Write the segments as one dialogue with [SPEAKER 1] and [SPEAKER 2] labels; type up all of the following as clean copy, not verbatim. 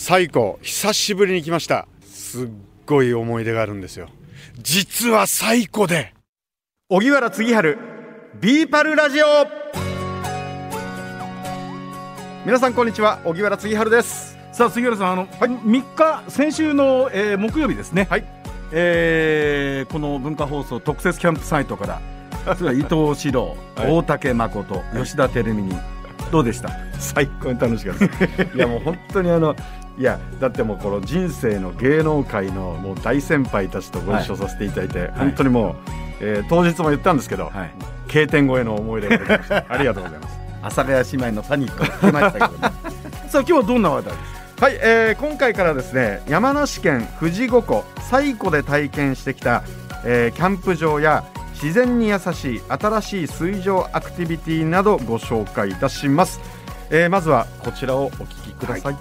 [SPEAKER 1] 西湖久しぶりに来ました。すっごい思い出があるんですよ。実は西湖で荻原次春ビーパルラジオ。皆さんこんにちは、荻原次春です。
[SPEAKER 2] さあ杉原さん、3日先週の、木曜日ですね、
[SPEAKER 1] はい、
[SPEAKER 2] この文化放送特設キャンプサイトからそれは伊藤四郎、はい、大竹誠、吉田照美にどうでした？
[SPEAKER 1] 最高に楽しかったですいやもう本当にいやだってもうこの人生の芸能界のもう大先輩たちとご一緒させていただいて、はい、本当にもう、当日も言ったんですけど、はい、K点越えの思い出ができましたありがとうございます。
[SPEAKER 2] 阿佐ヶ谷姉妹のパニックが来ましたけどねさあ今日はどんな話題ですか？
[SPEAKER 1] はい、今回からですね、山梨県富士五湖西湖で体験してきた、キャンプ場や自然に優しい新しい水上アクティビティなどご紹介いたします。まずはこちらをお聞きください。はい、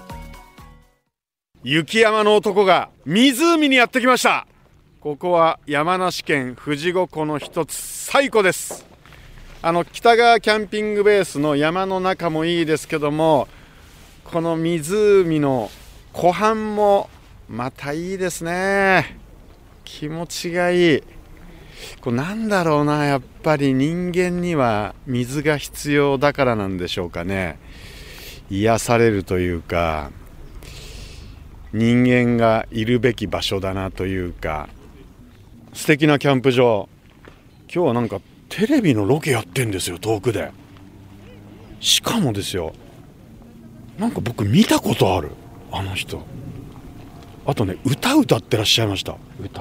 [SPEAKER 1] 雪山の男が湖にやってきました。ここは山梨県富士五湖の一つ西湖です。北川キャンピングベースの山の中もいいですけども、この湖の湖畔もまたいいですね。気持ちがいい。これなんだろうな、やっぱり人間には水が必要だからなんでしょうかね。癒されるというか、人間がいるべき場所だなというか、素敵なキャンプ場。今日はなんかテレビのロケやってんですよ、遠くで。しかもですよ、なんか僕見たことある、あの人。あとね、歌ってらっしゃいました。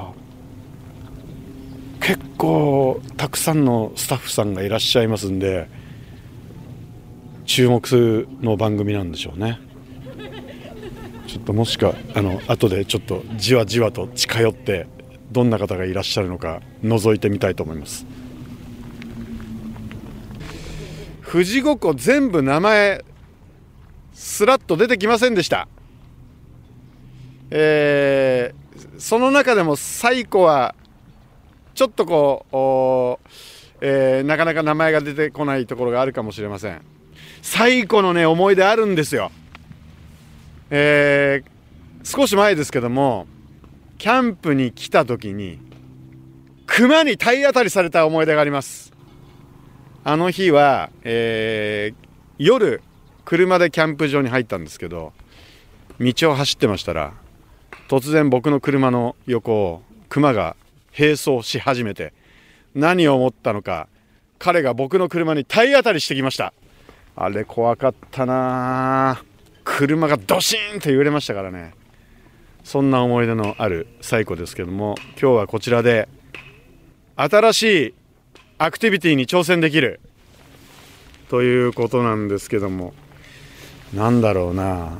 [SPEAKER 1] 結構たくさんのスタッフさんがいらっしゃいますんで、注目の番組なんでしょうね。ちょっともしか後でちょっとじわじわと近寄ってどんな方がいらっしゃるのか覗いてみたいと思います。富士五湖全部名前スラッと出てきませんでした。その中でも西湖はちょっとこう、なかなか名前が出てこないところがあるかもしれません。西湖のね、思い出あるんですよ。少し前ですけども、キャンプに来た時に熊に体当たりされた思い出があります。あの日は、夜車でキャンプ場に入ったんですけど、道を走ってましたら突然僕の車の横を熊が並走し始めて、何を思ったのか彼が僕の車に体当たりしてきました。あれ怖かったな。車がドシーンと揺れましたからね。そんな思い出のある西湖ですけども、今日はこちらで新しいアクティビティに挑戦できるということなんですけども、なんだろうな。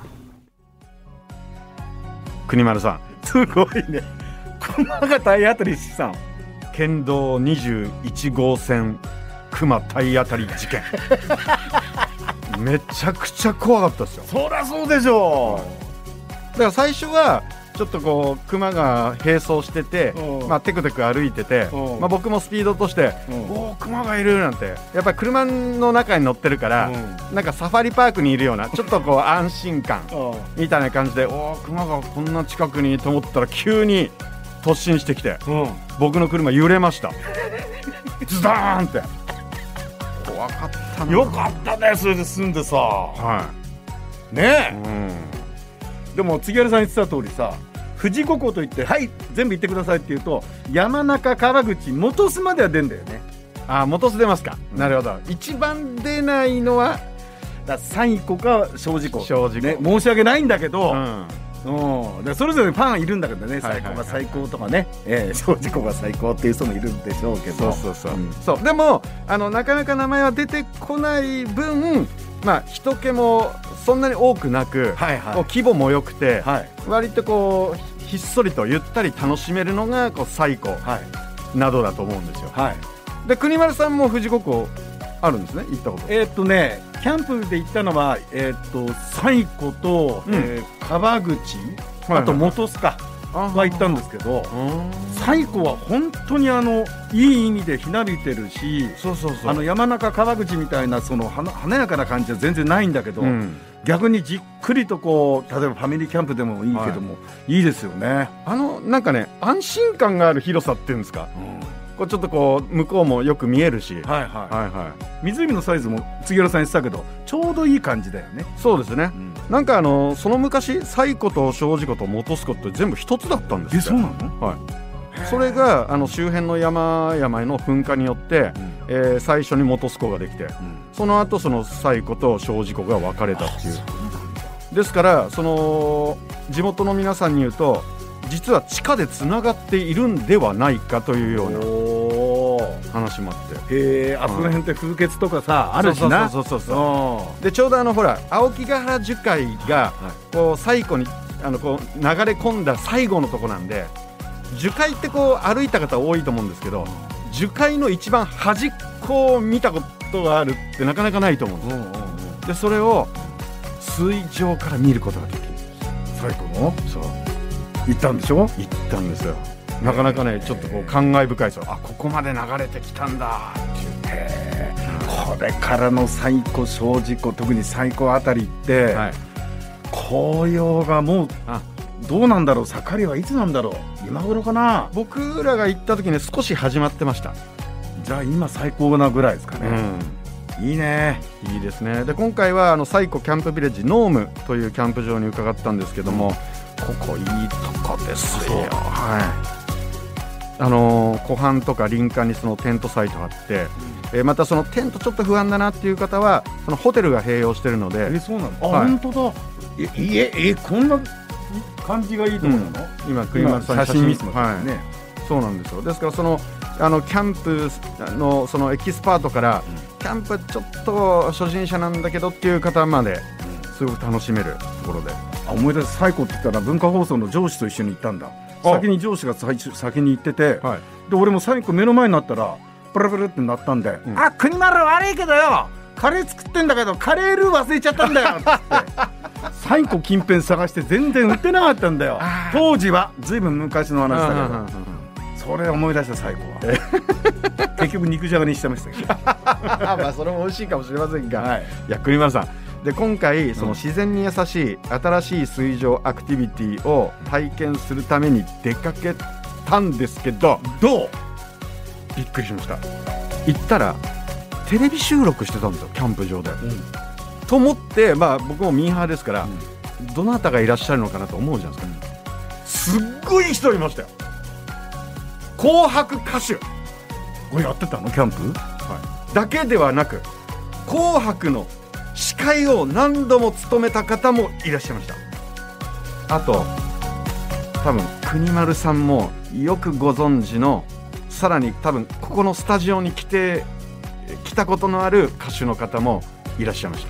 [SPEAKER 1] 国丸さん、
[SPEAKER 2] すごいね、熊が体当たりしたの。
[SPEAKER 1] 県道21号線熊体当たり事件めちゃくちゃ怖かったですよ。
[SPEAKER 2] そりゃそうでしょ
[SPEAKER 1] う。だから最初はちょっとこう熊が並走してて、テクテク歩いてて、僕もスピードとしておー熊がいるなんて、やっぱり車の中に乗ってるから、なんかサファリパークにいるようなちょっとこう安心感みたいな感じで、おー熊がこんな近くにと思ったら急に突進してきて、僕の車揺れましたズドーンって。怖かったな。
[SPEAKER 2] よかったね、それで済んでさ、ねえ、でも杉原さん言ってた通りさ、富士五湖といってはい全部言ってくださいって言うと、山中川口本栖までは出んだよね。
[SPEAKER 1] 本栖出ますか。なるほど。一番出ないのは
[SPEAKER 2] 西湖か正直湖ね、申し訳ないんだけど、でそれぞれファンいるんだけどね、西湖が最高とかね、正直湖が最高っていう人もいるんでしょうけど、
[SPEAKER 1] そうでもなかなか名前は出てこない分、人気もそんなに多くなく、こう規模も良くて、割とこうひっそりとゆったり楽しめるのがこう西湖などだと思うんですよ。で国丸さんも富士五湖あるんですね、行ったこと。
[SPEAKER 2] キャンプで行ったのは、西湖と、川口、あと本栖かは行ったんですけど、西湖は本当にいい意味でひなびてるし、山中川口みたいなその華やかな感じは全然ないんだけど、 逆にじっくりとこう例えばファミリーキャンプでもいいけども、いいですよね。
[SPEAKER 1] なんかね安心感がある広さっていうんですか、こうちょっとこう向こうもよく見えるし、
[SPEAKER 2] 湖のサイズも杉浦さん言ってたけどちょうどいい感じだよね。
[SPEAKER 1] そうですね、なんかその昔西湖と精進湖と本須湖って全部一つだったんですよ。
[SPEAKER 2] そうなの？
[SPEAKER 1] それが周辺の山々の噴火によって、最初に本須湖ができて、その後その西湖と精進湖が分かれたっていう。ですからその地元の皆さんに言うと実は地下でつながっているんではないかというような話もあって、
[SPEAKER 2] あそこら辺って風穴とかさあるしな。
[SPEAKER 1] そうでちょうどほら青木ヶ原樹海がこう西湖にこう流れ込んだ最後のとこなんで、樹海ってこう歩いた方多いと思うんですけど、樹海の一番端っこを見たことがあるってなかなかないと思うんです。でそれを水上から見ることができる。
[SPEAKER 2] 最高の
[SPEAKER 1] そう
[SPEAKER 2] 行ったんでしょ？
[SPEAKER 1] 行ったんですよ。なかなかねちょっとこう感慨深いですよ。ここまで流れてきたんだっていう。
[SPEAKER 2] これからの西湖精進湖特に西湖あたりって、紅葉がもうどうなんだろう。盛りはいつなんだろう。今頃かな。
[SPEAKER 1] 僕らが行った時に少し始まってました。
[SPEAKER 2] じゃあ今最高なぐらいですかね。いいね。
[SPEAKER 1] いいですね。で今回は西湖キャンプビレッジノームというキャンプ場に伺ったんですけども、ここいいとこですよ。湖畔とか林間にそのテントサイトがあって、またそのテントちょっと不安だなっていう方はそのホテルが併用してるので。
[SPEAKER 2] そうなの？本当だ。こんな感じがいいところなの？
[SPEAKER 1] 今栗丸さんに写真見てますね。そうなんですよ。ですからそのキャンプのそのエキスパートから、キャンプちょっと初心者なんだけどっていう方まですごく楽しめるところで。
[SPEAKER 2] 思い出す。西湖って言ったら文化放送の上司と一緒に行ったんだ。先に上司が先に行ってて、で俺も西湖目の前になったらブルブルってなったんで、国丸悪いけどよカレー作ってんだけどカレールー忘れちゃったんだよって西湖近辺探して全然売ってなかったんだよ。当時はずいぶん昔の話だけど、それ思い出した西湖は結局肉じゃがにしてましたけど
[SPEAKER 1] まあそれも美味しいかもしれませんが、いや栗丸さんで今回その自然に優しい新しい水上アクティビティを体験するために出かけたんですけど、びっくりしました。行ったらテレビ収録してたんですよキャンプ場で、と思って、僕もミーハーですから、どなたがいらっしゃるのかなと思うじゃないですか、すっごい人いましたよ。紅白歌手
[SPEAKER 2] これやってたのキャンプ、
[SPEAKER 1] だけではなく紅白の司会を何度も務めた方もいらっしゃいました。あと多分国丸さんもよくご存知の、さらに多分ここのスタジオに来たことのある歌手の方もいらっしゃいました。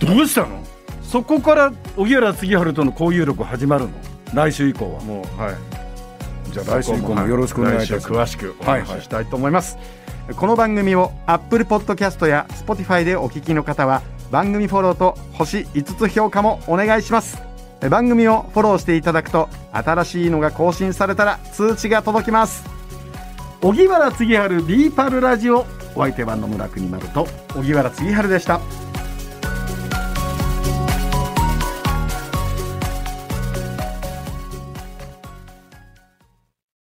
[SPEAKER 2] どうしたの？そこから荻原次春との交友録始まるの？来週以降はもう、じゃあ来週以降もよろしくお願いいたします。
[SPEAKER 1] 詳しくお話ししたいと思います。この番組を Apple Podcast や Spotify でお聞きの方は番組フォローと星5つ評価もお願いします。番組をフォローしていただくと新しいのが更新されたら通知が届きます。
[SPEAKER 2] 荻原次春ビーパルラジオ、お相手は野村国丸と
[SPEAKER 1] 荻原次春でした。